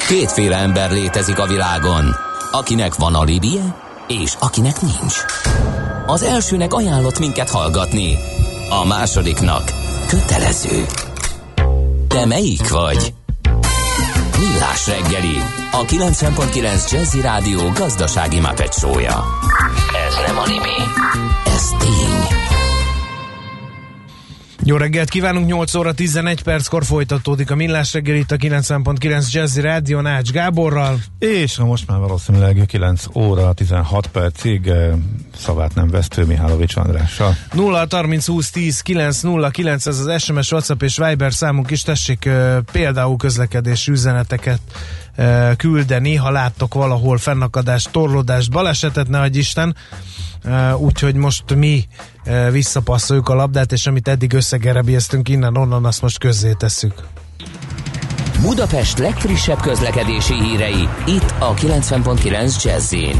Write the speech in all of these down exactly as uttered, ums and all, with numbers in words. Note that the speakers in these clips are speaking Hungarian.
Kétféle ember létezik a világon, akinek van alibije, és akinek nincs. Az elsőnek ajánlott minket hallgatni, a másodiknak kötelező. Te melyik vagy? Millás reggeli, a kilencven pont kilenc Jazzy Rádió gazdasági Muppet show-ja. Ez nem anime, ez tény. Jó reggelt kívánunk, nyolc óra tizenegy perckor folytatódik a Millás reggeli itt a kilencven pont kilenc Jazzy Rádió Ács Gáborral. És most már valószínűleg kilenc óra tizenhat percig szavát nem vesztő Mihálovics Andrással. nulla harminc húsz tíz kilenc nulla kilenc, ez az es em es, WhatsApp és Viber számunk is, tessék uh, például közlekedési üzeneteket uh, küldeni, ha láttok valahol fennakadást, torlódást, balesetet, ne adj Isten. Uh, úgyhogy most mi uh, visszapasszoljuk a labdát, és amit eddig összegerebjeztünk innen-onnan, azt most közzétesszük. Budapest legfrissebb közlekedési hírei, itt a kilencven pont kilenc Jazzyn.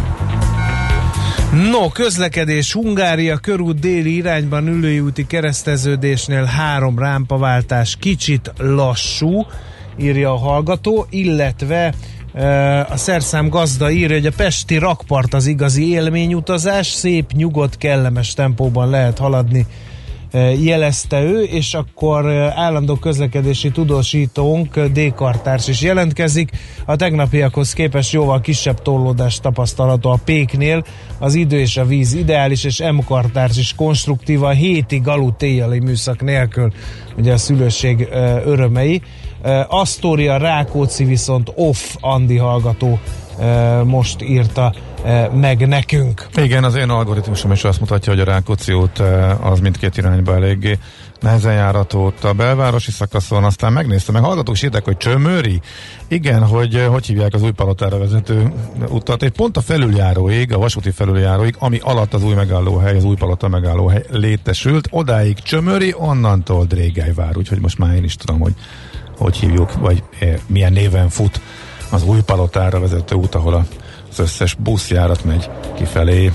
No, közlekedés, Hungária körút déli irányban Üllői úti kereszteződésnél három rámpaváltás, kicsit lassú, írja a hallgató, illetve a szerszám gazda írja, hogy a pesti rakpart az igazi élményutazás, szép, nyugodt, kellemes tempóban lehet haladni, jelezte ő, és akkor állandó közlekedési tudósítónk, D-kartárs is jelentkezik. A tegnapiakhoz képest jóval kisebb torlódást tapasztalható a Péknél, az idő és a víz ideális, és M-kartárs is konstruktíva, hétig aludt éjjeli műszak nélkül, ugye a szülőség örömei. Asztória, Rákóczi viszont off, Andi hallgató most írta meg nekünk. Igen, az én algoritmusom is azt mutatja, hogy a Rákóczi út az mindkét irányba eléggé nehezen járható ott a belvárosi szakaszon, aztán megnéztem, meg hallgatók is írták, hogy Csömöri. Igen, hogy hogy hívják az új palotára vezető utat. Egy pont a felüljáróig, a vasúti felüljáróig, ami alatt az új megállóhely, az új palota megállóhely létesült, odáig Csömöri, onnantól Drégályvár, úgyhogy most már én is tudom, hogy hogy hívjuk, vagy eh, milyen néven fut az új palotára vezető út, ahol az összes buszjárat megy kifelé.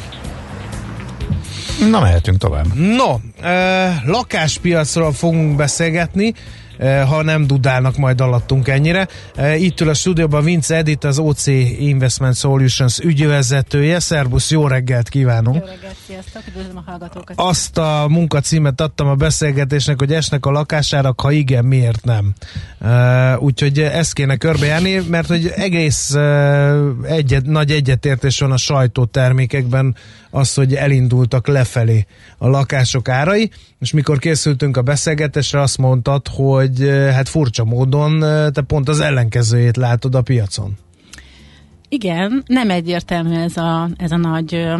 Na, mehetünk tovább. No, eh, lakáspiacról fogunk beszélgetni, eh, ha nem dudálnak majd alattunk ennyire. Eh, itt ül a stúdióban Vince Edith, az o cé Investment Solutions ügyvezetője. Szerbusz, jó reggelt kívánunk! Jó reggelt, sziasztok, üdvözlöm a hallgatókat! Azt a munkacímet adtam a beszélgetésnek, hogy esnek a lakásárak, ha igen, miért nem? Uh, úgyhogy ezt kéne körbejárni, mert hogy egész uh, egyet, nagy egyetértés van a sajtótermékekben az, hogy elindultak lefelé a lakások árai, és mikor készültünk a beszélgetésre, azt mondtad, hogy uh, hát furcsa módon uh, te pont az ellenkezőjét látod a piacon. Igen, nem egyértelmű ez a, ez a nagy uh,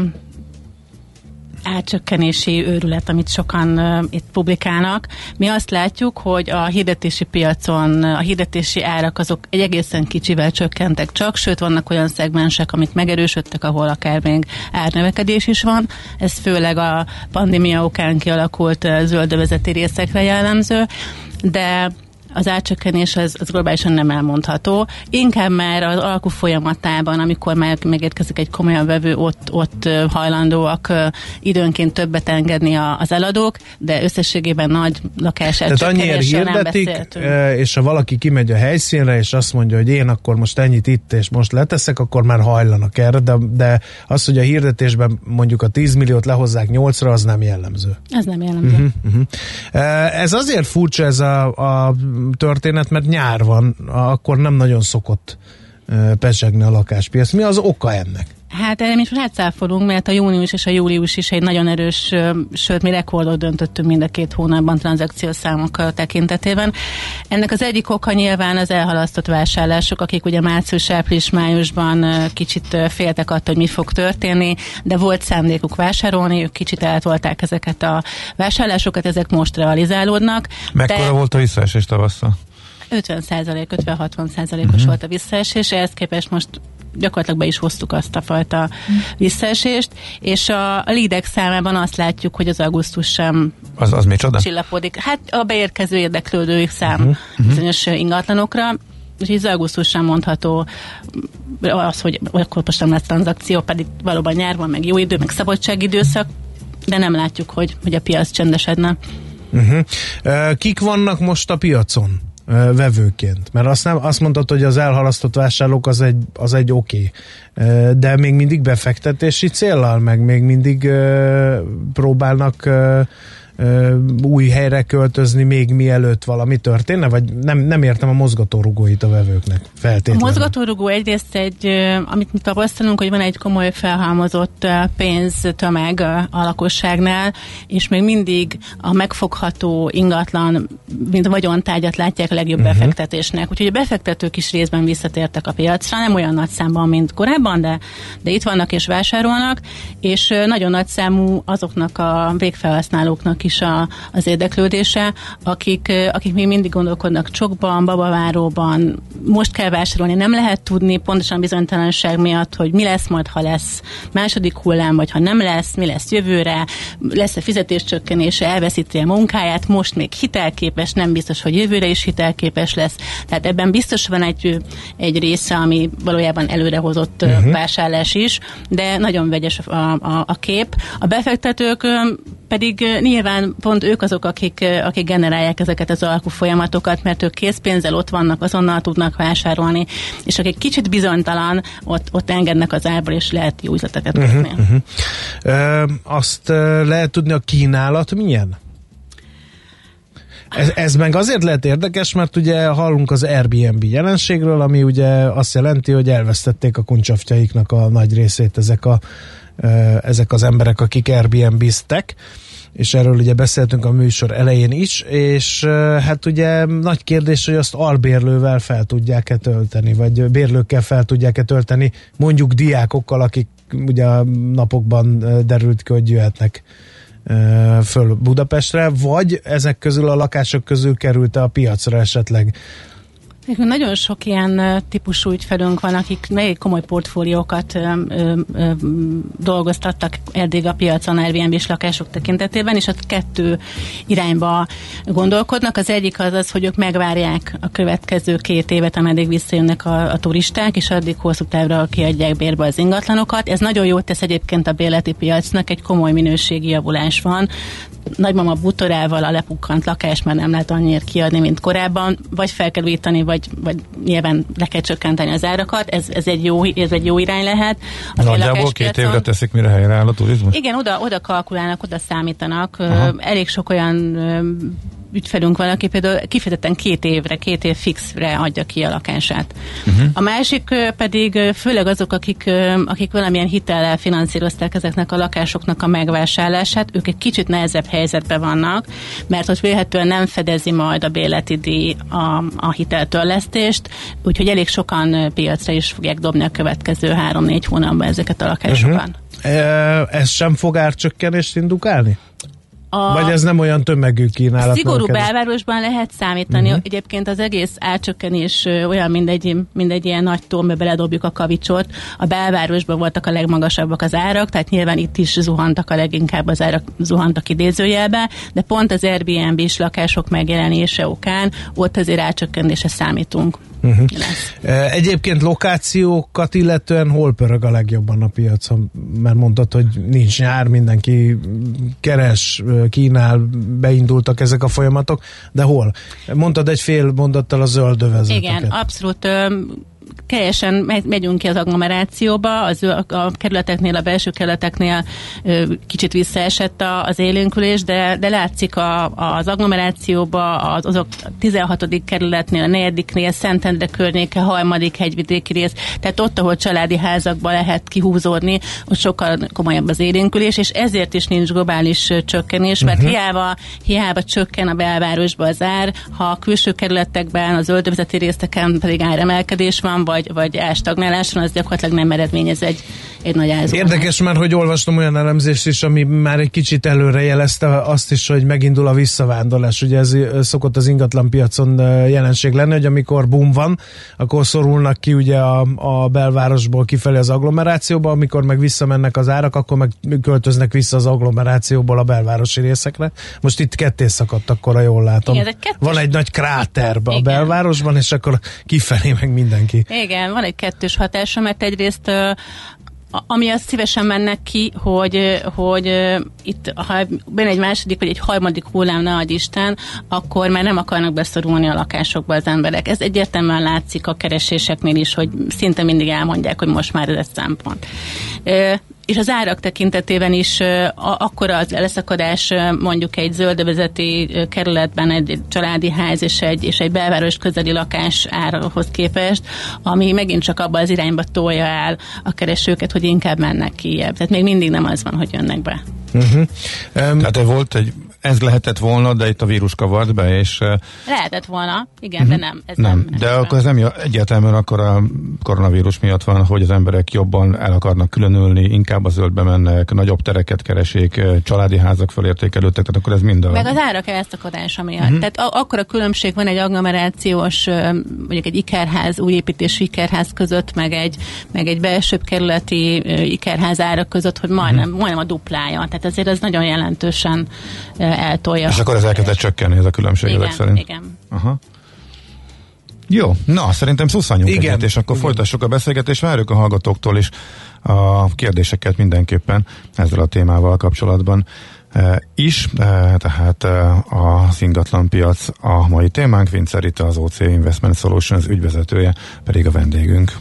árcsökkenési őrület, amit sokan uh, itt publikálnak. Mi azt látjuk, hogy a hirdetési piacon a hirdetési árak azok egy egészen kicsivel csökkentek csak, sőt vannak olyan szegmensek, amik megerősödtek, ahol akár még árnövekedés is van. Ez főleg a pandémia okán kialakult uh, zöldövezeti részekre jellemző, de az árcsökkenés az, az globálisan nem elmondható. Inkább már az alkú folyamatában, amikor már megérkezik egy komolyan vevő, ott, ott hajlandóak időnként többet engedni az eladók, de összességében nagy lakás árcsökkenésről nem beszéltünk. És ha valaki kimegy a helyszínre, és azt mondja, hogy én akkor most ennyit itt, és most leteszek, akkor már hajlanak erre, de, de az, hogy a hirdetésben mondjuk a tíz milliót lehozzák nyolcra, az nem jellemző. Ez nem jellemző. Uh-huh, uh-huh. Ez azért furcsa ez a, a történet, mert nyár van, akkor nem nagyon szokott uh, pezsegni a lakáspiac. Mi az oka ennek? Hát erre mi is rátszáfolunk, mert a június és a július is egy nagyon erős, sőt mi rekordot döntöttünk mind a két hónapban tranzakciós számok tekintetében. Ennek az egyik oka nyilván az elhalasztott vásárlások, akik ugye március, április, májusban kicsit féltek attól, hogy mi fog történni, de volt szándékuk vásárolni, ők kicsit eltolták ezeket a vásárlásokat, ezek most realizálódnak. Mekkora de... volt a visszaesés tavasszal? ötven százalék, ötven-hatvan százalékos uh-huh. volt a visszaesés, ehhez képest most gyakorlatilag be is hoztuk azt a fajta visszaesést, és a, a leadek számában azt látjuk, hogy az augusztus sem az, az csillapodik. Hát a beérkező érdeklődői szám uh-huh. bizonyos ingatlanokra, és az augusztus sem mondható az, hogy akkor most nem lesz tranzakció, pedig valóban nyár van, meg jó idő, meg szabadságidőszak, de nem látjuk, hogy, hogy a piac csendesedne. Uh-huh. Kik vannak most a piacon? vevőként? Mert azt, nem, azt mondtad, hogy az elhalasztott vásárlók az egy, az egy oké, okay. De még mindig befektetési céllal, meg még mindig uh, próbálnak uh, uh, új helyre költözni még mielőtt valami történne? Vagy nem, nem értem a mozgatórugóit a vevőknek feltétlenül. A mozgatórugó egyrészt egy, amit mi tapasztalunk, hogy van egy komoly felhalmozott pénztömeg a lakosságnál, és még mindig a megfogható ingatlan, mint vagyontárgyat látják a legjobb uh-huh. befektetésnek. Úgyhogy a befektetők is részben visszatértek a piacra, nem olyan nagy számban, mint korábban, de, de itt vannak és vásárolnak, és nagyon nagy számú azoknak a végfelhasználóknak is a, az érdeklődése, akik, akik még mindig gondolkodnak csokban, babaváróban, most kell vásárolni, nem lehet tudni pontosan bizonytalanság miatt, hogy mi lesz majd, ha lesz második hullám, vagy ha nem lesz, mi lesz jövőre, lesz-e fizetéscsökkenése, elveszíti a munkáját, most még hitelképes, nem biztos, hogy jövőre is hitelképes lesz. Tehát ebben biztos van egy, egy része, ami valójában előrehozott uh-huh. vásárlás is, de nagyon vegyes a, a, a kép. A befektetők pedig nyilván pont ők azok, akik, akik generálják ezeket az alkufolyamatokat, mert ők készpénzzel ott vannak, azonnal tudnak vásárolni, és akik kicsit bizonytalan, ott, ott engednek az árból, és lehet jó üzleteket kötni. Uh-huh, uh-huh. Ö, azt lehet tudni, a kínálat milyen? Ez, ez meg azért lehet érdekes, mert ugye hallunk az Airbnb jelenségről, ami ugye azt jelenti, hogy elvesztették a kuncsaftjaiknak a nagy részét ezek, a, ezek az emberek, akik Airbnb-ztek, és erről ugye beszéltünk a műsor elején is, és hát ugye nagy kérdés, hogy azt albérlővel fel tudják-e tölteni, vagy bérlőkkel fel tudják-e tölteni, mondjuk diákokkal, akik ugye a napokban derült ki, hogy jöhetnek föl Budapestre, vagy ezek közül a lakások közül került-e a piacra esetleg? Nagyon sok ilyen típusú ügyfelünk van, akik még komoly portfóliókat ö, ö, ö, dolgoztattak eddig a piacon Airbnb-s lakások tekintetében, és ott kettő irányba gondolkodnak. Az egyik az az, hogy ők megvárják a következő két évet, ameddig visszajönnek a, a turisták, és addig hosszú távra kiadják bérbe az ingatlanokat. Ez nagyon jót tesz egyébként a bérleti piacnak, egy komoly minőségi javulás van. Nagymama butorával a lepukkant lakás már nem lehet annyira kiadni, mint korábban, vagy fel kell újítani, vagy, vagy nyilván le kell csökkenteni az árakat, ez, ez, egy, jó, ez egy jó irány lehet. A nagyjából két évre teszik, mire helyreáll a turizmus? Igen, oda, oda kalkulálnak, oda számítanak. Aha. Elég sok olyan ügyfelünk van, aki például kifejezetten két évre, két év fixre adja ki a lakását. Uh-huh. A másik pedig főleg azok, akik, akik valamilyen hitellel finanszírozták ezeknek a lakásoknak a megvásárlását, ők egy kicsit nehezebb helyzetben vannak, mert hogy vélhetően nem fedezi majd a bérleti díj a, a hiteltörlesztést, úgyhogy elég sokan piacra is fogják dobni a következő három-négy hónapban ezeket a lakásokat. Uh-huh. Ez sem fog árcsökkenést indukálni? A Vagy ez nem olyan tömegű kínálat? Szigorú belvárosban lehet számítani. Uh-huh. Egyébként az egész árcsökkenés olyan, mint egy, mint egy ilyen nagy tó, amiben beledobjuk a kavicsot. A belvárosban voltak a legmagasabbak az árak, tehát nyilván itt is zuhantak a leginkább az árak, zuhantak idézőjelbe, de pont az Airbnb-s lakások megjelenése okán ott azért árcsökkenésre számítunk. Uh-huh. Egyébként lokációkat illetően hol pörög a legjobban a piacon? Mert mondtad, hogy nincs nyár, mindenki keres, kínál, beindultak ezek a folyamatok, de hol? Mondtad egy fél mondattal a zöld övezeteket. Igen, abszolút. Teljesen megyünk ki az agglomerációba, az, a, a kerületeknél, a belső kerületeknél ö, kicsit visszaesett a, az élénkülés, de, de látszik a, az agglomerációba, az, azok tizenhatodik kerületnél, a negyediknél, Szentendre környéke, harmadik hegyvidéki rész, tehát ott, ahol családi házakba lehet kihúzódni, ott sokkal komolyabb az élénkülés, és ezért is nincs globális csökkenés, mert uh-huh. hiába, hiába csökken a belvárosba az ár, ha a külső kerületekben, az zöldövezeti részeken pedig áremelkedés van, vagy, vagy ástagnálás van, az gyakorlatilag nem eredményez egy, egy nagy ázónál. Érdekes már, hogy olvastam olyan elemzést is, ami már egy kicsit előre jelezte azt is, hogy megindul a visszavándorlás. Ugye ez szokott az ingatlan piacon jelenség lenni, hogy amikor boom van, akkor szorulnak ki ugye a, a belvárosból kifelé az agglomerációba, amikor meg visszamennek az árak, akkor meg költöznek vissza az agglomerációból a belvárosi részekre. Most itt ketté szakadt, akkor, ha jól látom. Igen, egy kettős... Van egy nagy kráter a belvárosban, és akkor kifelé meg mindenki. Igen, van egy kettős hatása, mert egyrészt ami azt szívesen mennek ki, hogy, hogy itt, ha benne egy második vagy egy harmadik hullám, ne adj Isten, akkor már nem akarnak beszorulni a lakásokba az emberek. Ez egyértelműen látszik a kereséseknél is, hogy szinte mindig elmondják, hogy most már ez egy szempont. És az árak tekintetében is akkor az leszakadás mondjuk egy zöldövezeti kerületben egy családi ház és egy, és egy belváros közeli lakás árhoz képest, ami megint csak abba az irányba tolja el a keresőket, hogy inkább mennek kijebb. Tehát még mindig nem az van, hogy jönnek be. Uh-huh. Um, Tehát volt egy, ez lehetett volna, de itt a vírus kavart be, és... Lehetett volna, igen, uh-huh. de nem. Ez nem, nem de ez akkor ez nem egyértelműen akkor a koronavírus miatt van, hogy az emberek jobban el akarnak különülni, inkább a zöldbe mennek, nagyobb tereket keresik, családi házak felértékelődtek, tehát akkor ez mind a... Meg az árak elszakadása miatt. Uh-huh. Tehát a- akkor a különbség van egy agglomerációs, mondjuk egy ikerház, új építésű ikerház között, meg egy, meg egy belsőbb kerületi ikerház árak között, hogy majdnem, uh-huh. majdnem a duplája. Tehát azért ez nagyon jelentősen eltolja. És akkor ez elkezdett csökkenni, ez a különbség igen, ezek szerint. Igen, Aha. Jó, na, szerintem szusszanjunk egyet, és akkor igen. folytassuk a beszélgetést, várjuk a hallgatóktól is a kérdéseket mindenképpen ezzel a témával kapcsolatban e, is, e, tehát e, az ingatlanpiac a mai témánk, Vince Rita, az o cé Investment Solutions ügyvezetője, pedig a vendégünk.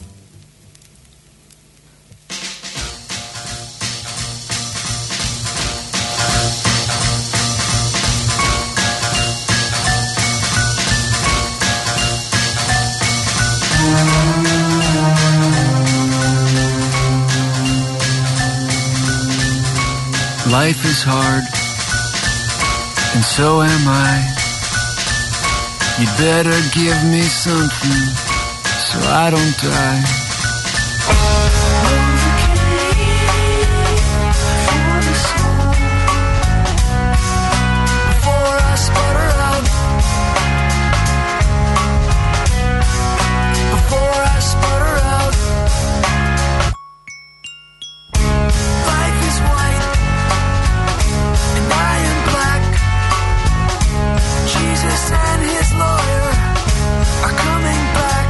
Life is hard, and so am I. You'd better give me something so I don't die. And his lawyer are coming back.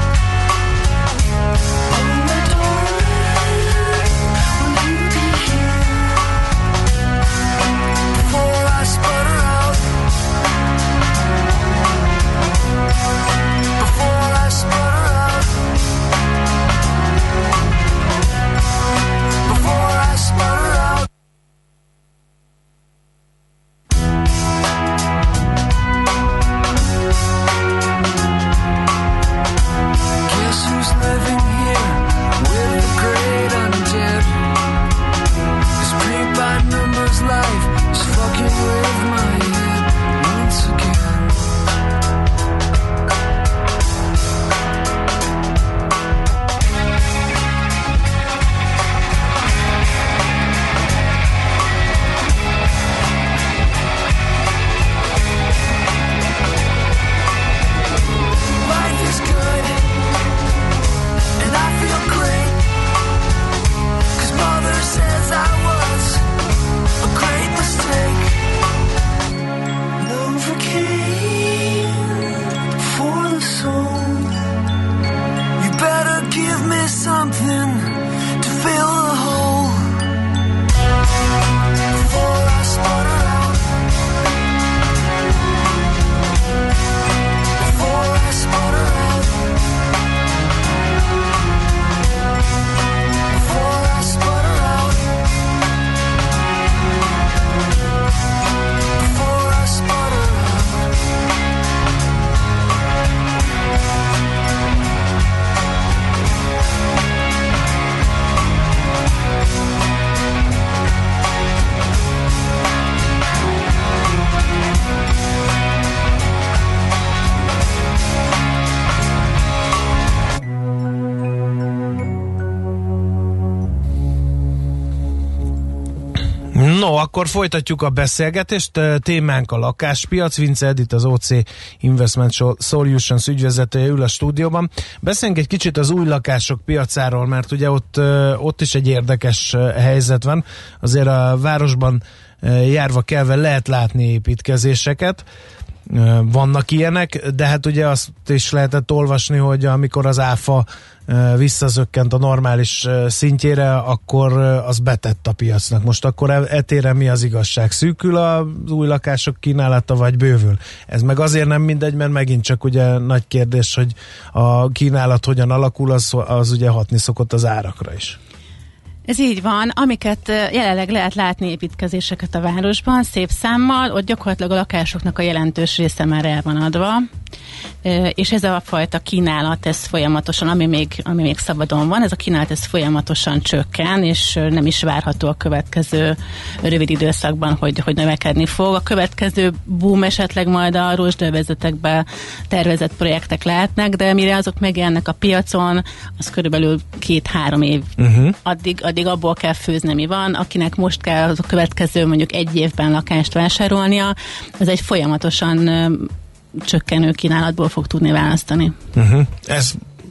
No, akkor folytatjuk a beszélgetést. Témánk a lakáspiac. Vince Edith, az o cé Investment Solutions ügyvezetője ül a stúdióban. Beszéljünk egy kicsit az új lakások piacáról, mert ugye ott, ott is egy érdekes helyzet van. Azért a városban járva kelve lehet látni építkezéseket. vannak ilyenek, de hát ugye azt is lehetett olvasni, hogy amikor az áfa visszazökkent a normális szintjére, akkor az betett a piacnak. Most akkor etéren mi az igazság? Szűkül az új lakások kínálata, vagy bővül? Ez meg azért nem mindegy, mert megint csak ugye nagy kérdés, hogy a kínálat hogyan alakul, az, az ugye hatni szokott az árakra is. Ez így van, amiket jelenleg lehet látni építkezéseket a városban, szép számmal, ott gyakorlatilag a lakásoknak a jelentős része már el van adva, és ez a fajta kínálat, ez folyamatosan, ami még, ami még szabadon van, ez a kínálat ez folyamatosan csökken, és nem is várható a következő rövid időszakban, hogy, hogy növekedni fog. A következő boom esetleg majd a rozsdövezetekben tervezett projektek lehetnek, de mire azok megjelennek a piacon, az körülbelül két-három év. Uh-huh. Addig, addig abból kell főzni, mi van. Akinek most kell az a következő mondjuk egy évben lakást vásárolnia, az egy folyamatosan csökkenő kínálatból fog tudni választani. Uh-huh. Ez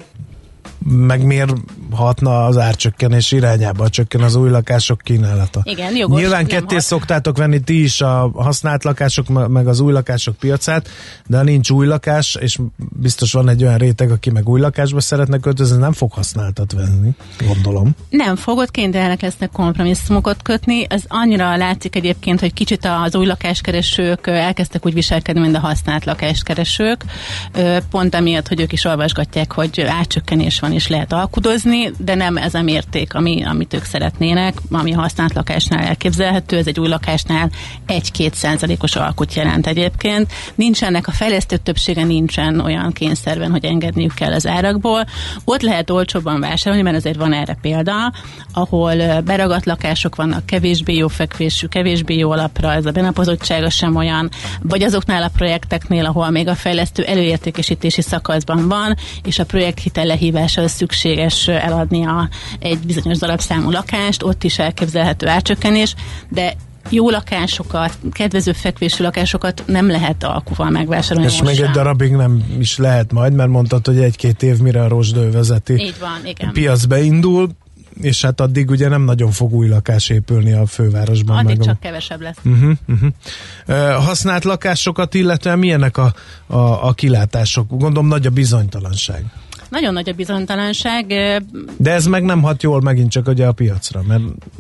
meg miért hatna az árcsökkenés irányába, csökken az új lakások kínálata? Igen, jogos. Nyilván ketté hat. Szoktátok venni ti is a használt lakások, meg az új lakások piacát, de ha nincs új lakás, és biztos van egy olyan réteg, aki meg új lakásba szeretne költözni, nem fog használtat venni, gondolom. Nem fogod, kénytelenek lesznek kompromisszumokat kötni. Ez annyira látszik egyébként, hogy kicsit az új lakáskeresők elkezdtek úgy viselkedni, mint a használt lakáskeresők, pont amiatt, hogy ők is olvasgatják, hogy árcsökkenés van és lehet alkudozni, de nem ez a mérték, ami, amit ők szeretnének, ami a használt lakásnál elképzelhető, ez egy új lakásnál egy-két százalékos alkut jelent egyébként. Nincsenek, a fejlesztők többsége nincsen olyan kényszerben, hogy engedniük kell az árakból. Ott lehet olcsóbban vásárolni, mert azért van erre példa, ahol beragadt lakások vannak, kevésbé jó fekvésű, kevésbé jó alapra, ez a benapozottsága sem olyan, vagy azoknál a projekteknél, ahol még a fejlesztő előértékesítési szakaszban van, és a projekthitel lehívása szükséges eladnia egy bizonyos darabszámú lakást, ott is elképzelhető árcsökkenés, de jó lakásokat, kedvező fekvésű lakásokat nem lehet alkuval megvásárolni. És még egy darabig nem is lehet majd, mert mondtad, hogy egy-két év mire a rozsdővezeti Így van, igen. piacba indul, és hát addig ugye nem nagyon fog új lakás épülni a fővárosban. Addig meg csak a... kevesebb lesz. Uh-huh, uh-huh. Uh, használt lakásokat illetve milyenek a, a, a kilátások? Gondolom nagy a bizonytalanság. Nagyon nagy a bizonytalanság. De ez meg nem hat jól megint csak ugye a piacra, mert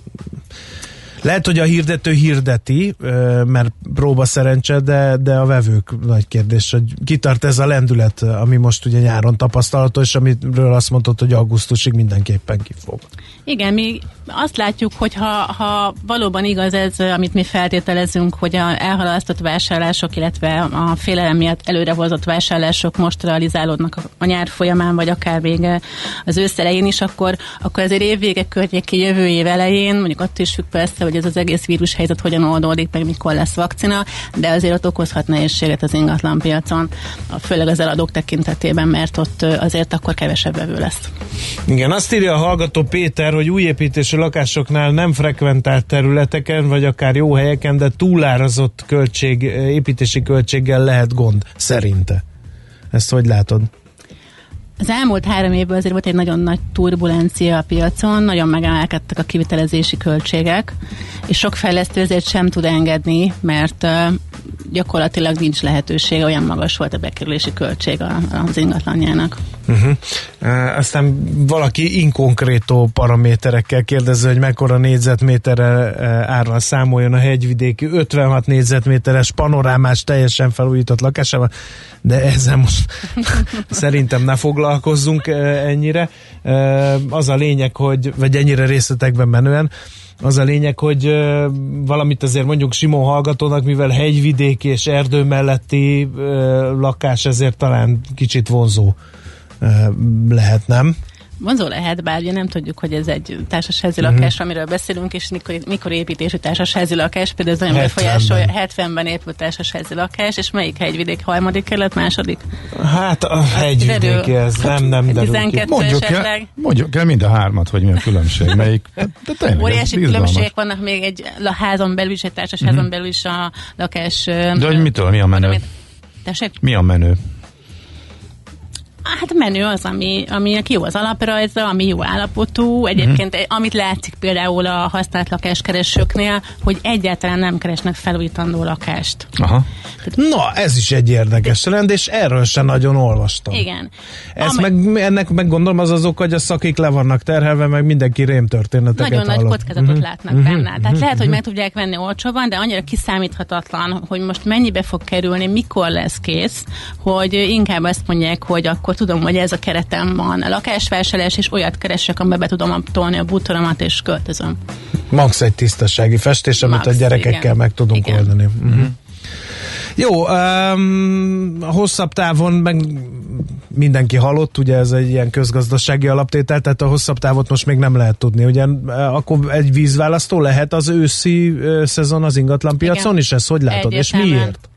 lehet, hogy a hirdető hirdeti, mert próba szerencse, de, de a vevők nagy kérdés, hogy kitart ez a lendület, ami most ugye nyáron tapasztalható, és amiről azt mondod, hogy augusztusig mindenképpen kifog. Igen, mi azt látjuk, hogy ha, ha valóban igaz ez, amit mi feltételezünk, hogy a elhalasztott vásárlások, illetve a félelem miatt előrehozott vásárlások most realizálódnak a nyár folyamán, vagy akár még az ősz elején is, akkor, akkor azért évvége környéki jövő év elején, mondjuk attól is függ persze, hogy ez az egész vírushelyzet hogyan oldódik, meg mikor lesz vakcina, de azért ott okozhat nehézséget az ingatlan piacon, főleg az eladók tekintetében, mert ott azért akkor kevesebb vevő lesz. Igen, azt írja a hallgató Péter, hogy új építésű lakásoknál nem frekventált területeken, vagy akár jó helyeken, de túlárazott költség, építési költséggel lehet gond, szerinte. Ezt hogy látod? Az elmúlt három évben azért volt egy nagyon nagy turbulencia a piacon, nagyon megemelkedtek a kivitelezési költségek, és sok fejlesztő ezért sem tud engedni, mert uh, gyakorlatilag nincs lehetőség, olyan magas volt a bekerülési költség az ingatlanjának. Uh-huh. Uh, aztán valaki inkonkrétó paraméterekkel kérdező, hogy mekkora négyzetméterre uh, árral számoljon a hegyvidéki ötvenhat négyzetméteres panorámás, teljesen felújított lakásával, de ezzel most szerintem ne foglalkozzunk uh, ennyire. Uh, az a lényeg, hogy, vagy ennyire részletekben menően, az a lényeg, hogy uh, valamit azért mondjuk Simon hallgatónak, mivel hegyvidék és erdő melletti uh, lakás, ezért talán kicsit vonzó uh, lehet, nem? Vonzó lehet, bár ugye nem tudjuk, hogy ez egy társasházi uh-huh. lakás, amiről beszélünk, és mikor, mikor építésű társasházi lakás, például ez nagyon befolyásolja, hetvenben épült társasházi lakás, és melyik hegyvidék, harmadik kerület, második? Hát a hegyvidéki, ez nem, nem derül ki. Mondjuk el, mondjuk el mind a hármat, hogy mi a különbség, melyik. De, de tényleg, óriási különbségek vannak még egy házon belül is, egy társasházon uh-huh. belül is a lakás. De hogy mitől, mi a menő? Mi a menő? Hát menő az, ami, aminek jó az alaprajza, ami jó állapotú. Egyébként, uh-huh. amit látszik például a használt lakáskeresőknél, hogy egyáltalán nem keresnek felújítandó lakást. Aha. Na, ez is egy érdekes trend, és erről sem nagyon olvastam. Igen. Ez Amely... meg, ennek meg gondolom az az ok, hogy a szakik le vannak terhelve, meg mindenki rémtörténeteket Nagyon hallott. nagy kockázatot uh-huh. látnak uh-huh. benne. Tehát uh-huh. lehet, hogy meg tudják venni olcsóban, de annyira kiszámíthatatlan, hogy most mennyibe fog kerülni, mikor lesz kész, hogy inkább azt mondják, hogy akkor tudom, hogy ez a keretem van a lakásvásárlás, és olyat keresek, amiben be tudom tolni a bútoromat, és költözöm. Max egy tisztasági festés, amit Max, a gyerekekkel igen. meg tudunk igen. oldani. Uh-huh. Jó, um, hosszabb távon meg mindenki halott, ugye ez egy ilyen közgazdasági alaptétel, tehát a hosszabb távot most még nem lehet tudni. Ugye akkor egy vízválasztó lehet az őszi uh, szezon az ingatlanpiacon igen. is? Ezt hogy látod? Egyértelműen. És miért?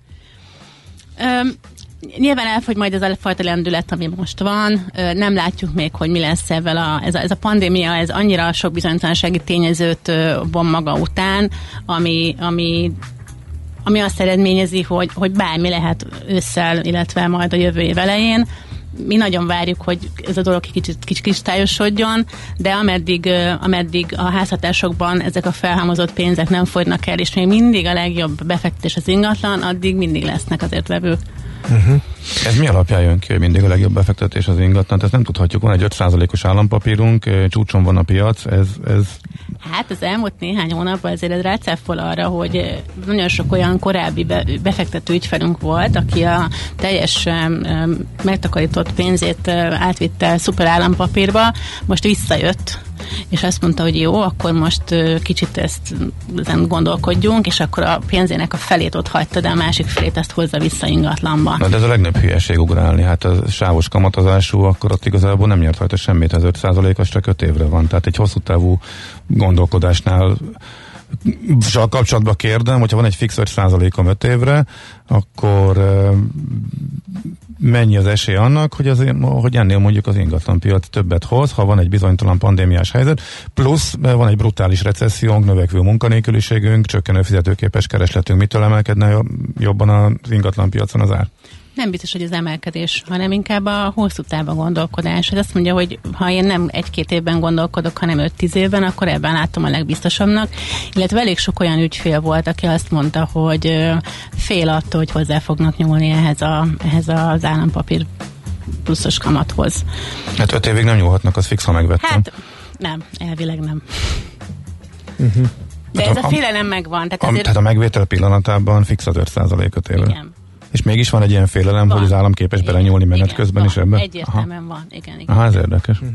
Um, Nyilván elfogy majd ez a fajta lendület, ami most van. Nem látjuk még, hogy mi lesz ezzel a, ez, a, ez a pandémia, ez annyira sok bizonytalansági tényezőt von maga után, ami, ami, ami azt eredményezi, hogy, hogy bármi lehet ősszel, illetve majd a jövő év elején. Mi nagyon várjuk, hogy ez a dolog kicsit, kicsit kristályosodjon, de ameddig, ameddig a háztartásokban ezek a felhalmozott pénzek nem folynak el, és még mindig a legjobb befektetés az ingatlan, addig mindig lesznek azért vevők. Uh-huh. Ez mi alapján jön ki, hogy mindig a legjobb befektetés az ingatlan? Ezt nem tudhatjuk, van egy öt százalékos állampapírunk, csúcson van a piac, ez... ez... Hát az elmúlt néhány hónapban azért ez rácáfol arra, hogy nagyon sok olyan korábbi be, befektető ügyfelünk volt, aki a teljes um, megtakarított pénzét uh, átvitte szuper állampapírba, most visszajött, és azt mondta, hogy jó, akkor most uh, kicsit ezt ezen gondolkodjunk, és akkor a pénzének a felét ott hagyta, de a másik felét ezt hozza vissza ingatlanba. Na, de ez a legnagyobb hülyeség ugrálni. Hát a sávos kamatozású, akkor ott igazából nem nyert rajta semmit, az öt százalékos csak öt évre van. Tehát egy hosszú távú gondolkodásnál kapcsolatban kérdem, hogyha van egy fix öt százalékom öt évre, akkor uh, mennyi az esély annak, hogy, az, hogy ennél mondjuk az ingatlanpiac többet hoz, ha van egy bizonytalan pandémiás helyzet, plusz van egy brutális recessziónk, növekvő munkanélküliségünk, csökkenő fizetőképes keresletünk, mitől emelkedne jobban az ingatlanpiacon az ár? Nem biztos, hogy az emelkedés, hanem inkább a hosszú távú gondolkodás. Ez azt mondja, hogy ha én nem egy-két évben gondolkodok, hanem öt-tíz évben, akkor ebben látom a legbiztosabbnak. Illetve elég sok olyan ügyfél volt, aki azt mondta, hogy fél attól, hogy hozzá fognak nyúlni ehhez, a, ehhez az állampapír pluszos kamathoz. Hát öt évig nem nyúlhatnak, az fix, ha megvettem. Hát nem, elvileg nem. Uh-huh. De hát ez a, a félelem megvan. Tehát, a, azért... tehát a megvétel pillanatában fix az öt százalék öt évre. Igen. És mégis van egy ilyen félelem, van. Hogy az állam képes igen, belenyúlni menet igen, közben van. is ebben? Egyértelműen van, igen. igen. Aha, ez érdekes. Uh-huh.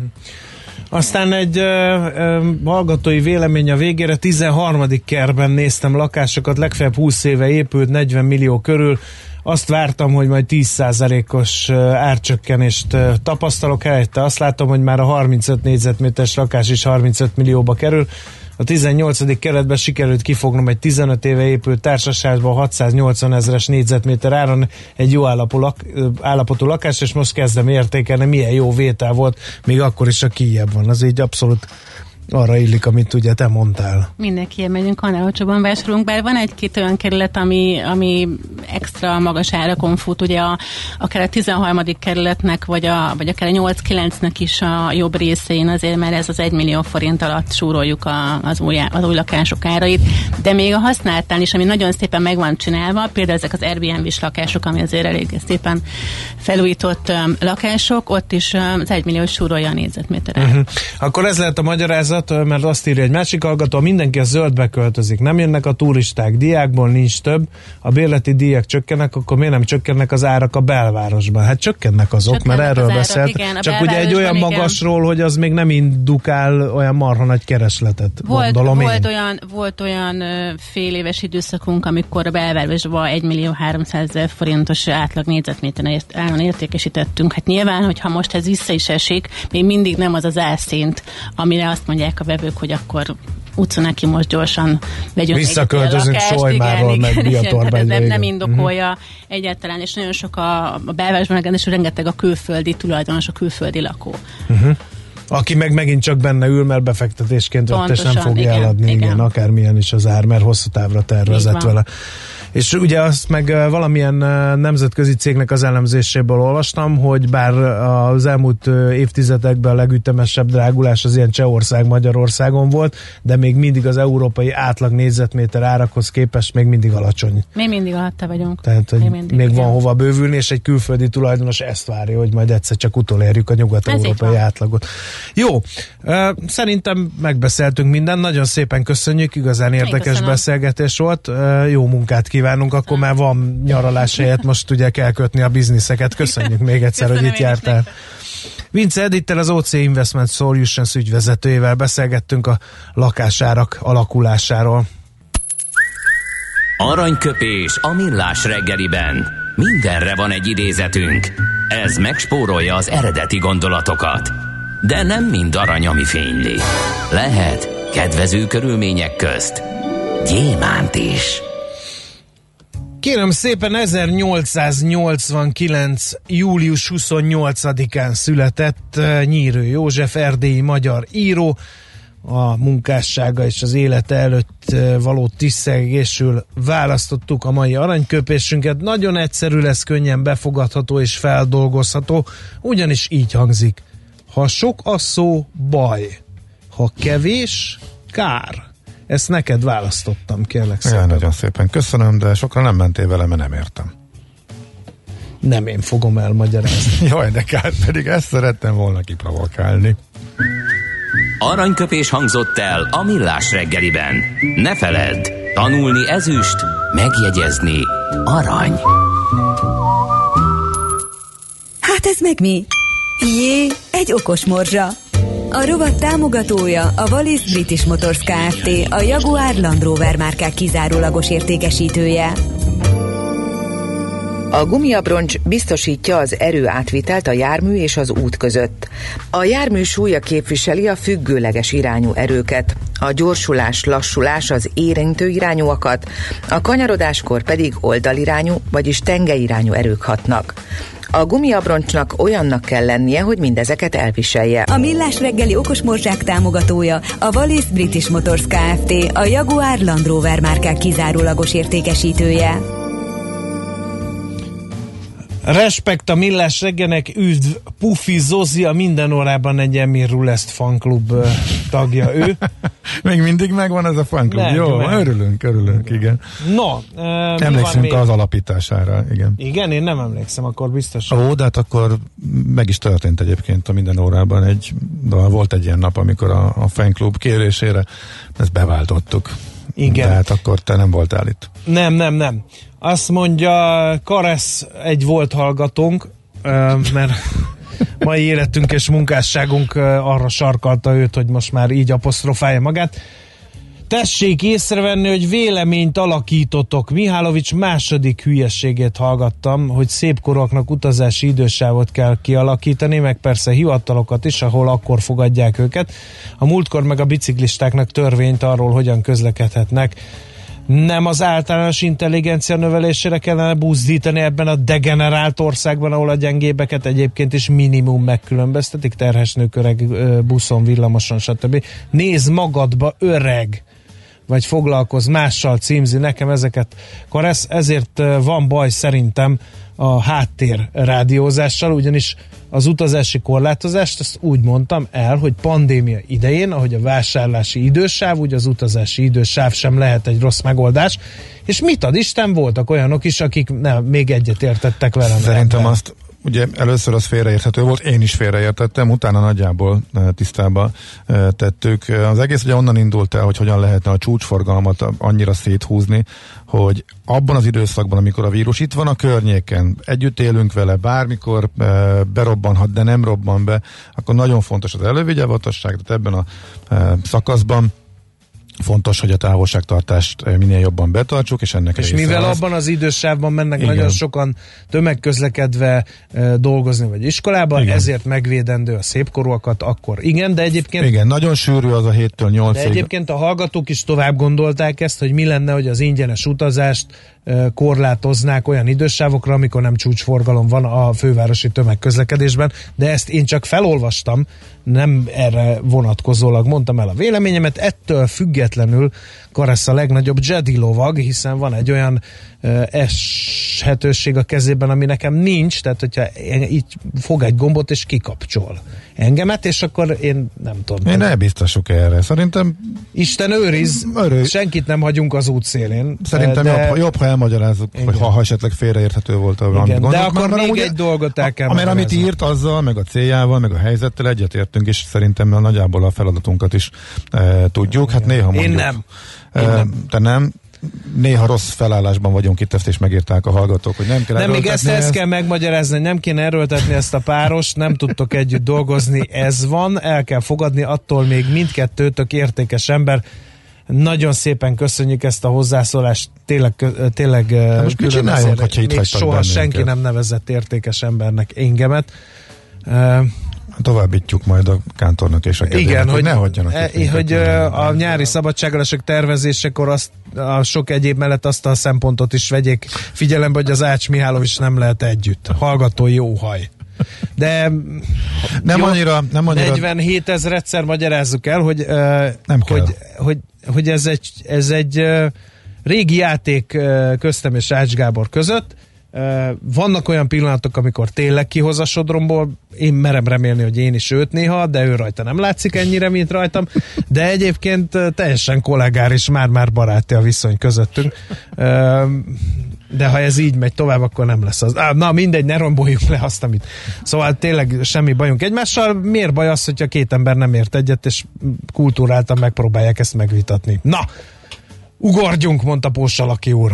Aztán egy uh, uh, hallgatói vélemény a végére. tizenharmadik kerben néztem lakásokat, legfeljebb húsz éve épült, negyven millió körül. Azt vártam, hogy majd tíz százalékos uh, árcsökkenést uh, tapasztalok, helyette azt látom, hogy már a harmincöt négyzetméteres lakás is harmincöt millióba kerül. A tizennyolcadik keretben sikerült kifognom egy tizenöt éve épült társaságban hatszáznyolcvan ezeres négyzetméter áron egy jó állapotú lakást, és most kezdem értékelni, milyen jó vétel volt, még akkor is a kijebb van. Az így abszolút arra illik, amit ugye te mondtál. Mindenki megyünk, annál olcsóban vásárolunk, bár van egy-két olyan kerület, ami, ami extra magas árakon fut, ugye a, akár a tizenharmadik kerületnek, vagy, a, vagy akár a nyolc-kilencnek is a jobb részén, azért, mert ez az egy millió forint alatt súroljuk a, az, új, az új lakások árait, de még a használtán is, ami nagyon szépen meg van csinálva, például ezek az Airbnb-s lakások, ami azért elég szépen felújított um, lakások, ott is um, az egy millió súrolja a négyzetméter. Uh-huh. Akkor ez lehet a magyarázat, mert azt írja egy másik hallgató, mindenki a zöldbe költözik, nem jönnek a turisták, diákból nincs több, a bérleti díjak csökkennek, akkor miért nem csökkennek az árak a belvárosban? Hát csökkennek azok, csökkennek mert erről beszélt. Igen, csak ugye egy olyan magasról, igen. Hogy az még nem indukál olyan marha nagy keresletet, volt, gondolom volt én. olyan, volt olyan fél éves időszakunk, amikor a belvárosban egy millió háromszázezer forintos átlag négyzetméteren állon értékesítettünk. Hát nyilván, hogyha most ez vissza is esik, még mindig nem az az árszint, amire azt mondják a vevők, hogy akkor utca neki most gyorsan vegyünk visszaköltözünk Solymáról, meg Biatorbányba. Nem, nem indokolja uh-huh. egyáltalán, és nagyon sok a, a belvárosban, és rengeteg a külföldi tulajdonos, a külföldi lakó. Uh-huh. Aki meg megint csak benne ül, mert befektetésként vett, és nem fogja igen, eladni, igen. igen, akármilyen is az ár, mert hosszú távra tervezett vele. És ugye azt meg valamilyen nemzetközi cégnek az elemzéséből olvastam, hogy bár az elmúlt évtizedekben a legütemesebb drágulás az ilyen Csehország, Magyarországon volt, de még mindig az európai átlag négyzetméter árakhoz képest még mindig alacsony. Még mindig alatta vagyunk. Tehát, hogy még, mindig, még van hova bővülni, és egy külföldi tulajdonos ezt várja, hogy majd egyszer csak utolérjük a nyugat-európai átlagot. Jó, szerintem megbeszéltünk mindent, nagyon szépen köszönjük, igazán érdekes beszélgetés volt, jó munkát kívánunk, akkor már van nyaralás helyett, most ugye kell kötni a bizniszeket. Köszönjük még egyszer, Köszönöm, hogy itt jártál. Vince Edittel, az o cé Investment Solutions ügyvezetőjével beszélgettünk a lakásárak alakulásáról. Aranyköpés a millás reggeliben. Mindenre van egy idézetünk. Ez megspórolja az eredeti gondolatokat. De nem mind arany, ami fényli. Lehet kedvező körülmények közt gyémánt is. Kérem szépen, ezernyolcszáznyolcvankilenc. július huszonnyolcadikán született Nyírő József, erdélyi magyar író. A munkássága és az élete előtt való tisztelgésül választottuk a mai aranyköpésünket. Nagyon egyszerű lesz, könnyen befogadható és feldolgozható, ugyanis így hangzik. Ha sok a szó, baj. Ha kevés, kár. Ezt neked választottam, kérlek szépen. Ja, nagyon szépen köszönöm, de sokra nem mentél vele, mert nem értem. Nem én fogom elmagyarázni. Jaj, de kár, pedig ezt szerettem volna kiprovokálni. Aranyköpés hangzott el a millás reggeliben. Ne feledd, tanulni ezüst, megjegyezni arany. Hát ez meg mi? Jé, egy okos morzsa. A rovat támogatója a Wallis British Motors Kft., a Jaguar Land Rover márkák kizárólagos értékesítője. A gumiabroncs biztosítja az erőátvitelt a jármű és az út között. A jármű súlya képviseli a függőleges irányú erőket, a gyorsulás, lassulás az érintő irányúakat, a kanyarodáskor pedig oldalirányú, vagyis tengeirányú erők hatnak. A gumiabroncsnak olyannak kell lennie, hogy mindezeket elviselje. A millás reggeli okos morzsák támogatója a Wallis British Motors Kft., a Jaguar Land Rover márkák kizárólagos értékesítője. Respekt a millás reggenek, üdv Pufi Zozi, a minden órában egy Emir Rulest fanklub tagja ő. Még mindig megvan ez a fanklub, nem, jó? meg. Örülünk, örülünk, igen. No, uh, emlékszünk az alapítására, igen. Igen, én nem emlékszem, akkor biztos. Ó, de hát akkor meg is történt egyébként a minden órában egy, de volt egy ilyen nap, amikor a, a fanklub kérésére ezt beváltottuk. Igen. De hát akkor te nem voltál itt. Nem, nem, nem. Azt mondja, Karesz egy volt hallgatónk, mert mai életünk és munkásságunk arra sarkalta őt, hogy most már így apostrofálja magát. Tessék észrevenni, hogy véleményt alakítotok. Mihálovics második hülyeségét hallgattam, hogy szép koroknak utazási idősávot kell kialakítani, meg persze hivatalokat is, ahol akkor fogadják őket. A múltkor meg a biciklistáknak törvényt arról, hogyan közlekedhetnek. Nem az általános intelligencia növelésére kellene buzdítani ebben a degenerált országban, ahol a gyengébeket egyébként is minimum megkülönböztetik, terhes nők, öreg buszon, villamoson, stb. Nézd magadba, öreg! Vagy foglalkozz mással, címzi nekem ezeket. Karesz, ezért van baj szerintem a háttér rádiózással, ugyanis az utazási korlátozást, ezt úgy mondtam el, hogy pandémia idején, ahogy a vásárlási idősáv, úgy az utazási idősáv sem lehet egy rossz megoldás, és mit ad Isten, voltak olyanok is, akik nem, még egyet értettek velem. Szerintem ebben. azt, ugye először az félreérthető volt, én is félreértettem, utána nagyjából tisztába tettük. Az egész ugye onnan indult el, hogy hogyan lehetne a csúcsforgalmat annyira széthúzni, hogy abban az időszakban, amikor a vírus itt van a környéken, együtt élünk vele, bármikor berobbanhat, de nem robban be, akkor nagyon fontos az elővigyázatosság, tehát ebben a szakaszban fontos, hogy a távolságtartást minél jobban betartsuk, és ennek és mivel az... abban az idősávban mennek igen. nagyon sokan tömegközlekedve e, dolgozni vagy iskolába, igen. ezért megvédendő a szépkorúakat, akkor igen, de egyébként... Igen, nagyon sűrű az a héttől nyolcig. De egyébként a hallgatók is tovább gondolták ezt, hogy mi lenne, hogy az ingyenes utazást korlátoznák olyan idősávokra, amikor nem csúcsforgalom van a fővárosi tömegközlekedésben, de ezt én csak felolvastam, nem erre vonatkozólag mondtam el a véleményemet, ettől függetlenül Karesz a legnagyobb Jedi lovag, hiszen van egy olyan uh, eshetőség a kezében, ami nekem nincs, tehát hogyha így fog egy gombot és kikapcsol engemet, és akkor én nem tudom. Én ne biztosuk erre. Szerintem Isten őriz, őriz, senkit nem hagyunk az útszélén. Szerintem de... jobb, jobb, ha elmagyarázzuk, hogy ha, ha esetleg félreérthető volt a valamit gondolok. De akkor már, még ugye, egy dolgot el kell Mert amit írt azzal, meg a céljával, meg a helyzettel egyetértünk, és szerintem nagyjából a feladatunkat is e, tudjuk. Hát néha mondjuk. Én nem. E, Én nem. Te nem. Néha rossz felállásban vagyunk itt, ezt is megírták a hallgatók, hogy nem kell Nem, még ezt, ezt kell megmagyarázni, nem kéne erőltetni ezt a párost, nem tudtok együtt dolgozni, ez van, el kell fogadni, attól még mindkettőtök értékes ember. Nagyon szépen köszönjük ezt a hozzászólást, tényleg, tényleg most mit csináljunk, hogyha itt még soha bennünket? Senki nem nevezett értékes embernek engemet. Továbbítjuk majd a kántornak és a kedvének, igen, hogy, hogy ne hagyjanak. E, hogy a nyári szabadságolások tervezésekor azt, a sok egyéb mellett azt a szempontot is vegyék figyelembe, hogy az Ács Mihálovics nem lehet együtt. Hallgatói óhaj. De nem jó, annyira, nem annyira negyvenhét ezerszer magyarázzuk el, hogy, nem hogy, hogy, hogy ez egy, ez egy régi játék köztem és Ács Gábor között. Vannak olyan pillanatok, amikor tényleg kihoz a sodromból, én merem remélni, hogy én is őt néha, de ő rajta nem látszik ennyire, mint rajtam, de egyébként teljesen kollégár és már-már baráti a viszony közöttünk. De ha ez így megy tovább, akkor nem lesz az. Na mindegy, ne romboljuk le azt, amit. Szóval tényleg semmi bajunk egymással. Miért baj az, hogyha két ember nem ért egyet, és kultúráltan megpróbálják ezt megvitatni? Na, ugorjunk, mondta Pósalaki úr.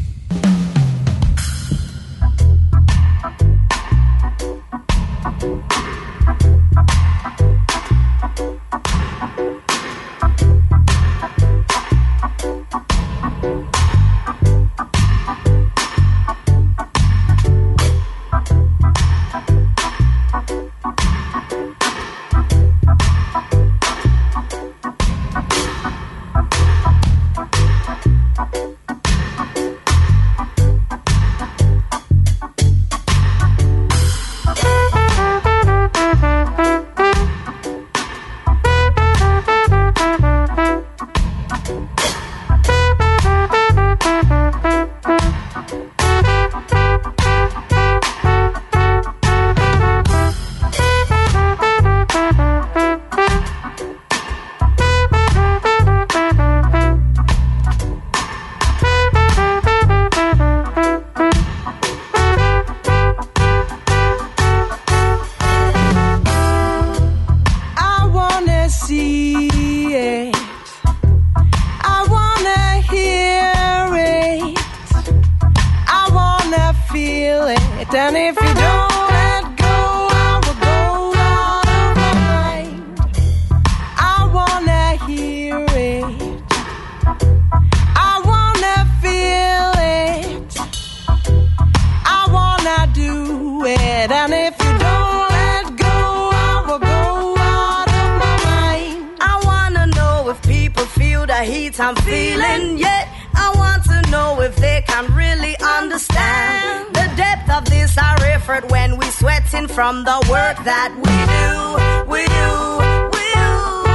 I'm feeling, yet I want to know if they can really understand the depth of this our effort when we sweating from the work that we do, we do, we do.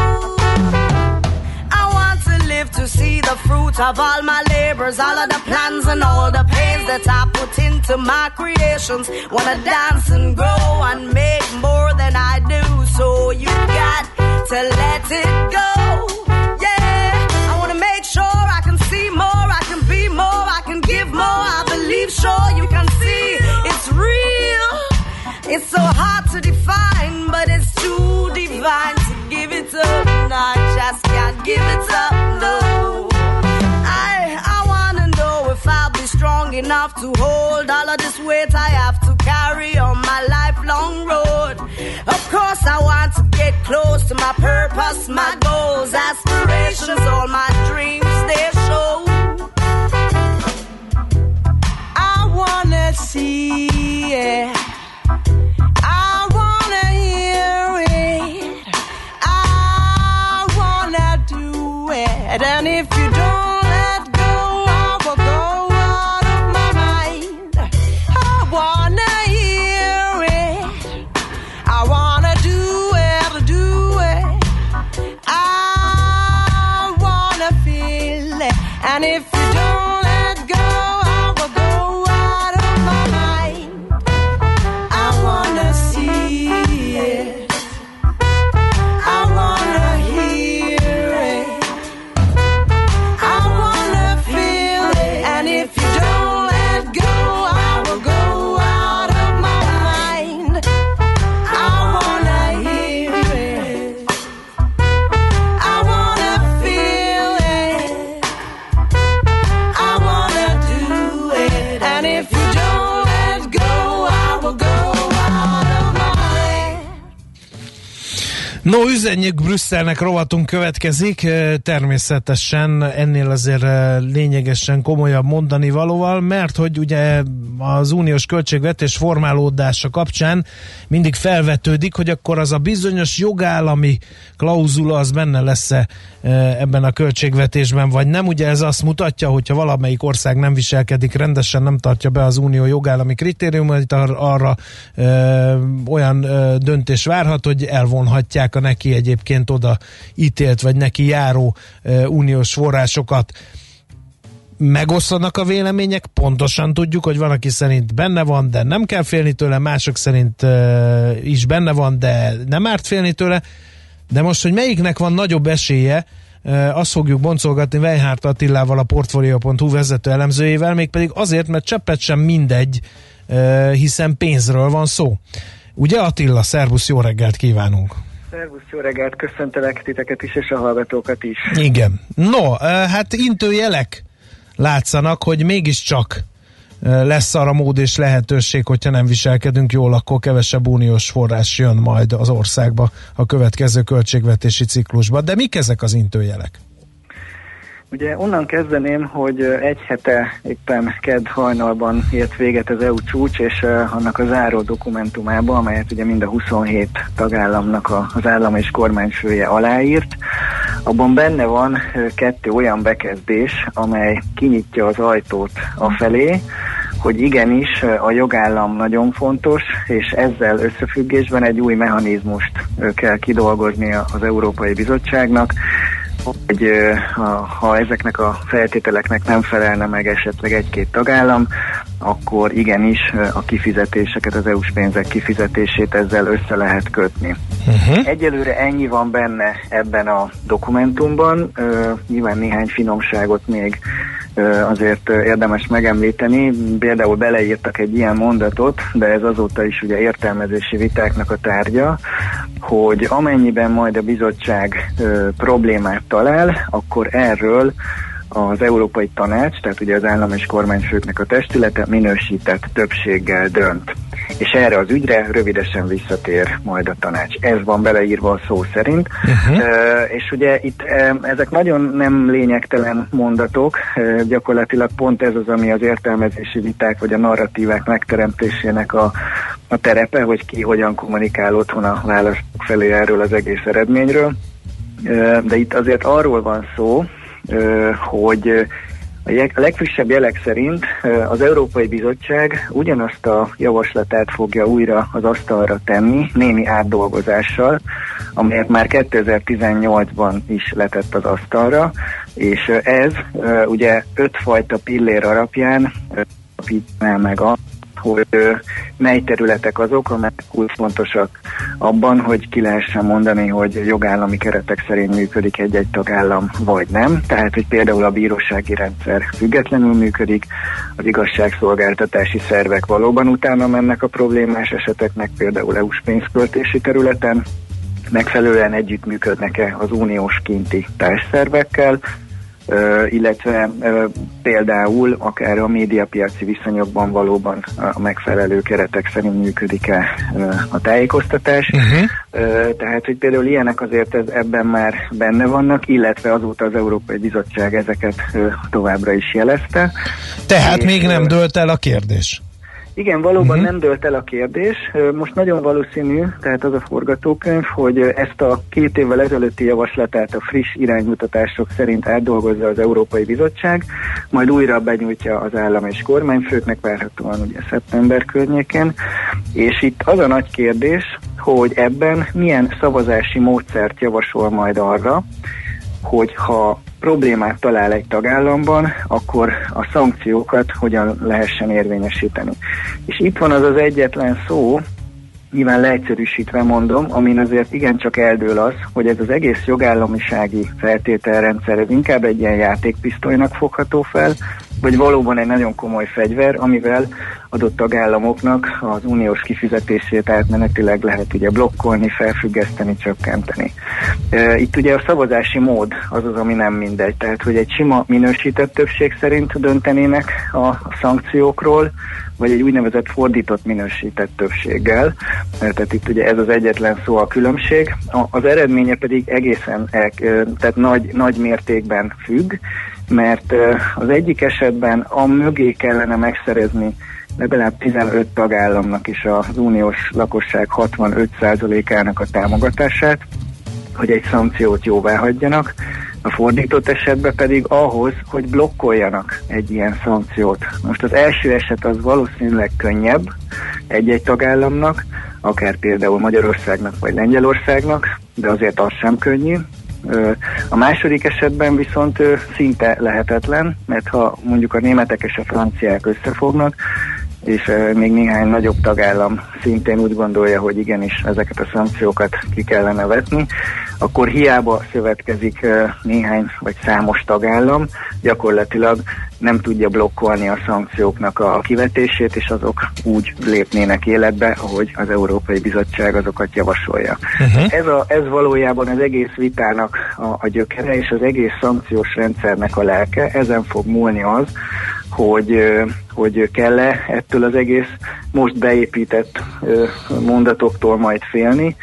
I want to live to see the fruit of all my labors, all of the plans and all the pains that I put into my creations. Wanna dance and grow and make more than I do, so you got to let it go. Make sure I can see more, I can be more, I can give more. I believe, sure you can see it's real. It's so hard to define, but it's too divine to give it up. No, I just can't give it up, no. I, I wanna know if I'll be strong enough to hold all of this weight I have to carry on my lifelong road. Of course I want to get close to my purpose, my goals, aspirations, all my dreams they show. I wanna see it, I wanna hear it, I wanna do it. And if you don't let go, I will go out And if you don't let go, I will go out of my mind. I wanna see it, I wanna hear it, I wanna feel it. And if you don't let go, I will go out of my mind. I wanna hear it, I wanna feel it, I wanna do it. And if you don't let go, I will go out of my mind. No, üzenjük Brüsszelnek rovatunk következik, természetesen ennél azért lényegesen komolyabb mondani valóval, mert hogy ugye az uniós költségvetés formálódása kapcsán mindig felvetődik, hogy akkor az a bizonyos jogállami klauzula az benne lesz-e ebben a költségvetésben, vagy nem. Ugye ez azt mutatja, hogyha valamelyik ország nem viselkedik rendesen, nem tartja be az unió jogállami kritériumait, ar- arra ö, olyan ö, döntés várhat, hogy elvonhatják a neki egyébként oda ítélt, vagy neki járó ö, uniós forrásokat. Megoszlanak a vélemények, pontosan tudjuk, hogy van, aki szerint benne van, de nem kell félni tőle, mások szerint ö, is benne van, de nem árt félni tőle. De most, hogy melyiknek van nagyobb esélye, azt fogjuk boncolgatni Weinhardt Attilával, a Portfolio pont hu vezető elemzőjével, mégpedig azért, mert cseppet sem mindegy, hiszen pénzről van szó. Ugye Attila, szervusz, jó reggelt kívánunk! Szervusz, jó reggelt, köszöntelek titeket is, és a hallgatókat is. Igen. No, hát intőjelek látszanak, hogy mégiscsak lesz arra mód és lehetőség, hogyha nem viselkedünk jól, akkor kevesebb uniós forrás jön majd az országba a következő költségvetési ciklusba. De mik ezek az intőjelek? Ugye onnan kezdeném, hogy egy hete éppen kedd hajnalban ért véget az é u csúcs, és annak a záró dokumentumában, amelyet ugye mind a huszonhét tagállamnak az állam és kormányfője aláírt, abban benne van kettő olyan bekezdés, amely kinyitja az ajtót afelé, hogy igenis a jogállam nagyon fontos, és ezzel összefüggésben egy új mechanizmust kell kidolgoznia az Európai Bizottságnak, hogy ha ezeknek a feltételeknek nem felelne meg esetleg egy-két tagállam, akkor igenis a kifizetéseket, az é u-s pénzek kifizetését ezzel össze lehet kötni. Uh-huh. Egyelőre ennyi van benne ebben a dokumentumban, uh, nyilván néhány finomságot még uh, azért érdemes megemlíteni, például beleírtak egy ilyen mondatot, de ez azóta is ugye értelmezési vitáknak a tárgya, hogy amennyiben majd a bizottság uh, problémát talál, akkor erről az Európai Tanács, tehát ugye az állam és kormányfőknek a testülete minősített többséggel dönt. És erre az ügyre rövidesen visszatér majd a tanács. Ez van beleírva a szó szerint. Uh-huh. Uh, és ugye itt uh, ezek nagyon nem lényegtelen mondatok, uh, gyakorlatilag pont ez az, ami az értelmezési viták vagy a narratívák megteremtésének a, a terepe, hogy ki hogyan kommunikál otthon a választók felé erről az egész eredményről. Uh, de itt azért arról van szó, hogy a legfrissebb jelek szerint az Európai Bizottság ugyanazt a javaslatát fogja újra az asztalra tenni, némi átdolgozással, amelyet már kétezer-tizennyolcban is letett az asztalra, és ez ugye ötfajta pillér alapján alapítná meg a hogy mely területek azok, amelyek kulcsfontosak abban, hogy ki lehessen mondani, hogy jogállami keretek szerint működik egy-egy tagállam, vagy nem. Tehát, hogy például a bírósági rendszer függetlenül működik, az igazságszolgáltatási szervek valóban utána mennek a problémás eseteknek, például é u-s pénzköltési területen, megfelelően együttműködnek-e az uniós kinti társszervekkel, Uh, illetve uh, például akár a médiapiaci viszonyokban valóban a megfelelő keretek szerint működik-e uh, a tájékoztatás. Uh-huh. Uh, tehát, hogy például ilyenek azért ez, ebben már benne vannak, illetve azóta az Európai Bizottság ezeket uh, továbbra is jelezte. Tehát és, még nem dőlt el a kérdés. Igen, valóban uh-huh. nem dőlt el a kérdés. Most nagyon valószínű, tehát az a forgatókönyv, hogy ezt a két évvel ezelőtti javaslatát a friss iránymutatások szerint átdolgozza az Európai Bizottság, majd újra benyújtja az állam és kormányfőknek, várhatóan ugye szeptember környékén, és itt az a nagy kérdés, hogy ebben milyen szavazási módszert javasol majd arra, hogy ha problémát talál egy tagállamban, akkor a szankciókat hogyan lehessen érvényesíteni. És itt van az az egyetlen szó, nyilván leegyszerűsítve mondom, amin azért igencsak eldől az, hogy ez az egész jogállamisági feltételrendszer, ez inkább egy ilyen játékpisztolynak fogható fel, vagy valóban egy nagyon komoly fegyver, amivel adott tagállamoknak az uniós kifizetését átmenetileg lehet ugye blokkolni, felfüggeszteni, csökkenteni. Itt ugye a szavazási mód az az, ami nem mindegy. Tehát, hogy egy sima minősített többség szerint döntenének a szankciókról, vagy egy úgynevezett fordított minősített többséggel. Tehát itt ugye ez az egyetlen szó a különbség. Az eredménye pedig egészen, tehát nagy, nagy mértékben függ, mert az egyik esetben a mögé kellene megszerezni legalább tizenöt tagállamnak is az uniós lakosság hatvanöt százalékának a támogatását, hogy egy szankciót jóvá hagyjanak, a fordított esetben pedig ahhoz, hogy blokkoljanak egy ilyen szankciót. Most az első eset az valószínűleg könnyebb egy-egy tagállamnak, akár például Magyarországnak vagy Lengyelországnak, de azért az sem könnyű. A második esetben viszont szinte lehetetlen, mert ha mondjuk a németek és a franciák összefognak, és még néhány nagyobb tagállam szintén úgy gondolja, hogy igenis ezeket a szankciókat ki kellene vetni, akkor hiába szövetkezik néhány vagy számos tagállam, gyakorlatilag nem tudja blokkolni a szankcióknak a kivetését, és azok úgy lépnének életbe, ahogy az Európai Bizottság azokat javasolja. Uh-huh. Ez, a, ez valójában az egész vitának a, a gyökere, és az egész szankciós rendszernek a lelke. Ezen fog múlni az, hogy, hogy kell-e ettől az egész most beépített mondatoktól majd félni,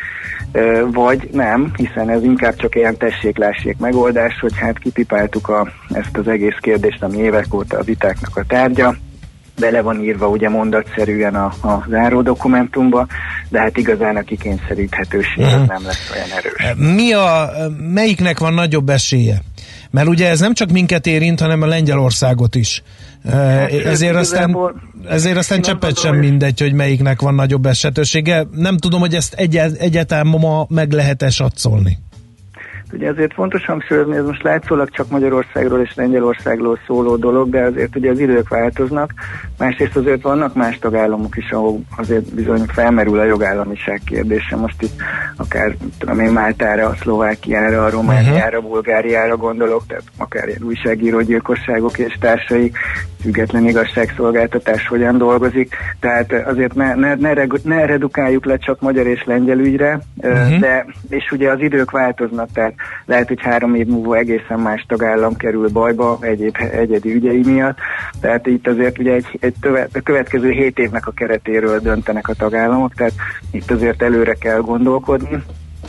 vagy nem, hiszen ez inkább csak ilyen tessék-lássék megoldás, hogy hát kipipáltuk a, ezt az egész kérdést, ami évek óta a vitáknak a tárgya, bele van írva ugye mondatszerűen a, a záró dokumentumba, de hát igazán a kikényszeríthetőség uh-huh. nem lesz olyan erős. Mi a, melyiknek van nagyobb esélye? Mert ugye ez nem csak minket érint, hanem a Lengyelországot is. Hát, ezért, aztán, ezért aztán cseppet sem mindegy, hogy melyiknek van nagyobb esetősége. Nem tudom, hogy ezt egy- egyáltalán ma meg lehet-e satszolni. Ugye azért fontos hangsúlyozni, ez most látszólag csak Magyarországról és Lengyelországról szóló dolog, de azért ugye az idők változnak. Másrészt azért vannak más tagállamok is, ahol azért bizony felmerül a jogállamiság kérdése. Most itt akár tudom én Máltára, Szlovákiára, Romániára, Bulgáriára gondolok, tehát akár ilyen újságírógyilkosságok és társai, független igazságszolgáltatás hogyan dolgozik. Tehát azért ne, ne, ne, ne redukáljuk le csak magyar és lengyel ügyre, uh-huh. de és ugye az idők változnak, tehát lehet, hogy három év múlva egészen más tagállam kerül bajba egyéb egyedi ügyei miatt. Tehát itt azért ugye egy, egy töve, a következő hét évnek a keretéről döntenek a tagállamok, tehát itt azért előre kell gondolkodni.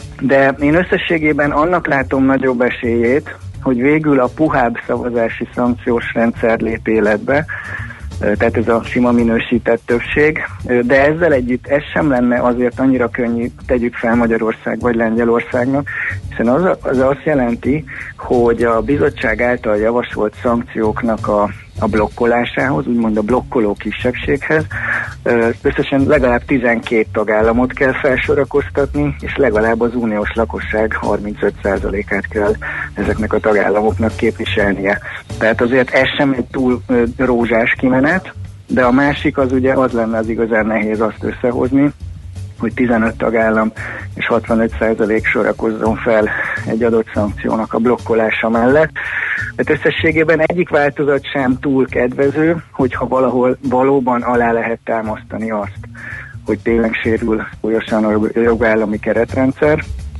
De én összességében annak látom nagyobb esélyét, hogy végül a puhább szavazási szankciós rendszer lép életbe, tehát ez a sima minősített többség, de ezzel együtt ez sem lenne azért annyira könnyű, tegyük fel Magyarország vagy Lengyelországnak, hiszen az, az azt jelenti, hogy a bizottság által javasolt szankcióknak a, a blokkolásához, úgymond a blokkoló kisebbséghez összesen legalább tizenkét tagállamot kell felsorakoztatni, és legalább az uniós lakosság harmincöt százalékát kell ezeknek a tagállamoknak képviselnie. Tehát azért ez sem egy túl rózsás kimenet, de a másik az ugye az lenne az igazán nehéz azt összehozni, hogy tizenöt tagállam és hatvanöt százalék sorakozzon fel egy adott szankciónak a blokkolása mellett. Tehát összességében egyik változat sem túl kedvező, hogyha valahol valóban alá lehet támasztani azt, hogy tényleg sérül súlyosan a jogállami keretrendszer.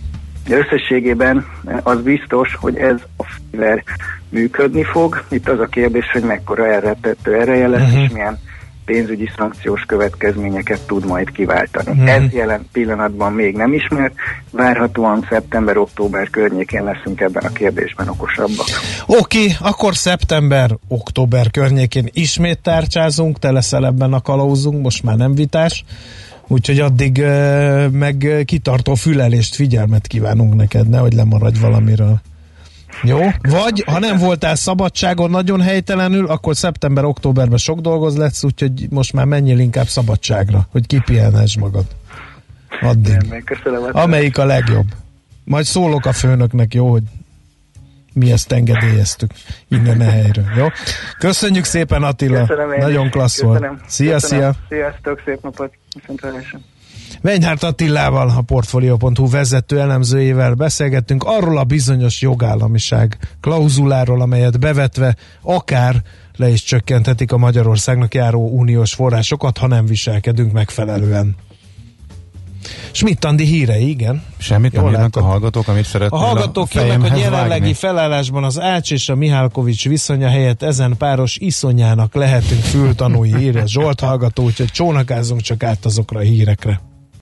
De összességében az biztos, hogy ez a fegyver működni fog. Itt az a kérdés, hogy mekkora elrettentő ereje lesz, uh-huh. és milyen pénzügyi szankciós következményeket tud majd kiváltani. Uh-huh. Ez jelen pillanatban még nem ismert, várhatóan szeptember-október környékén leszünk ebben a kérdésben okosabbak. Oké, okay, akkor szeptember-október környékén ismét tárcsázunk, te leszel ebben a kalauzunk, most már nem vitás, úgyhogy addig uh, meg kitartó fülelést, figyelmet kívánunk neked, nehogy lemaradj valamiről. Jó? Vagy, ha nem voltál szabadságon nagyon helytelenül, akkor szeptember-októberben sok dolgoz lesz, úgyhogy most már menjél inkább szabadságra, hogy kipihenhess magad. Addig. Amelyik a legjobb. Majd szólok a főnöknek, jó, hogy mi ezt engedélyeztük innen a helyről. Jó? Köszönjük szépen, Attila. Nagyon klassz volt. Szia, Köszönöm. szia. Sziasztok, szép napot. Viszontlátásra. Weinhardt Attilával, a Portfolio pont hu vezető elemzőjével beszélgettünk arról a bizonyos jogállamiság klauzuláról, amelyet bevetve akár le is csökkenthetik a Magyarországnak járó uniós forrásokat, ha nem viselkedünk megfelelően. Schmidt Andi hírei, igen. Semmit nem írnak a hallgatók, amit szeretnél a hallgatók a jönnek, hogy jelenlegi vágni. felállásban az Ács és a Mihálkovics viszonya helyett ezen páros iszonyának lehetünk fültanúi, írja Zsolt hallgató, úgyhogy csónakázzunk csak át azokra a hírekre.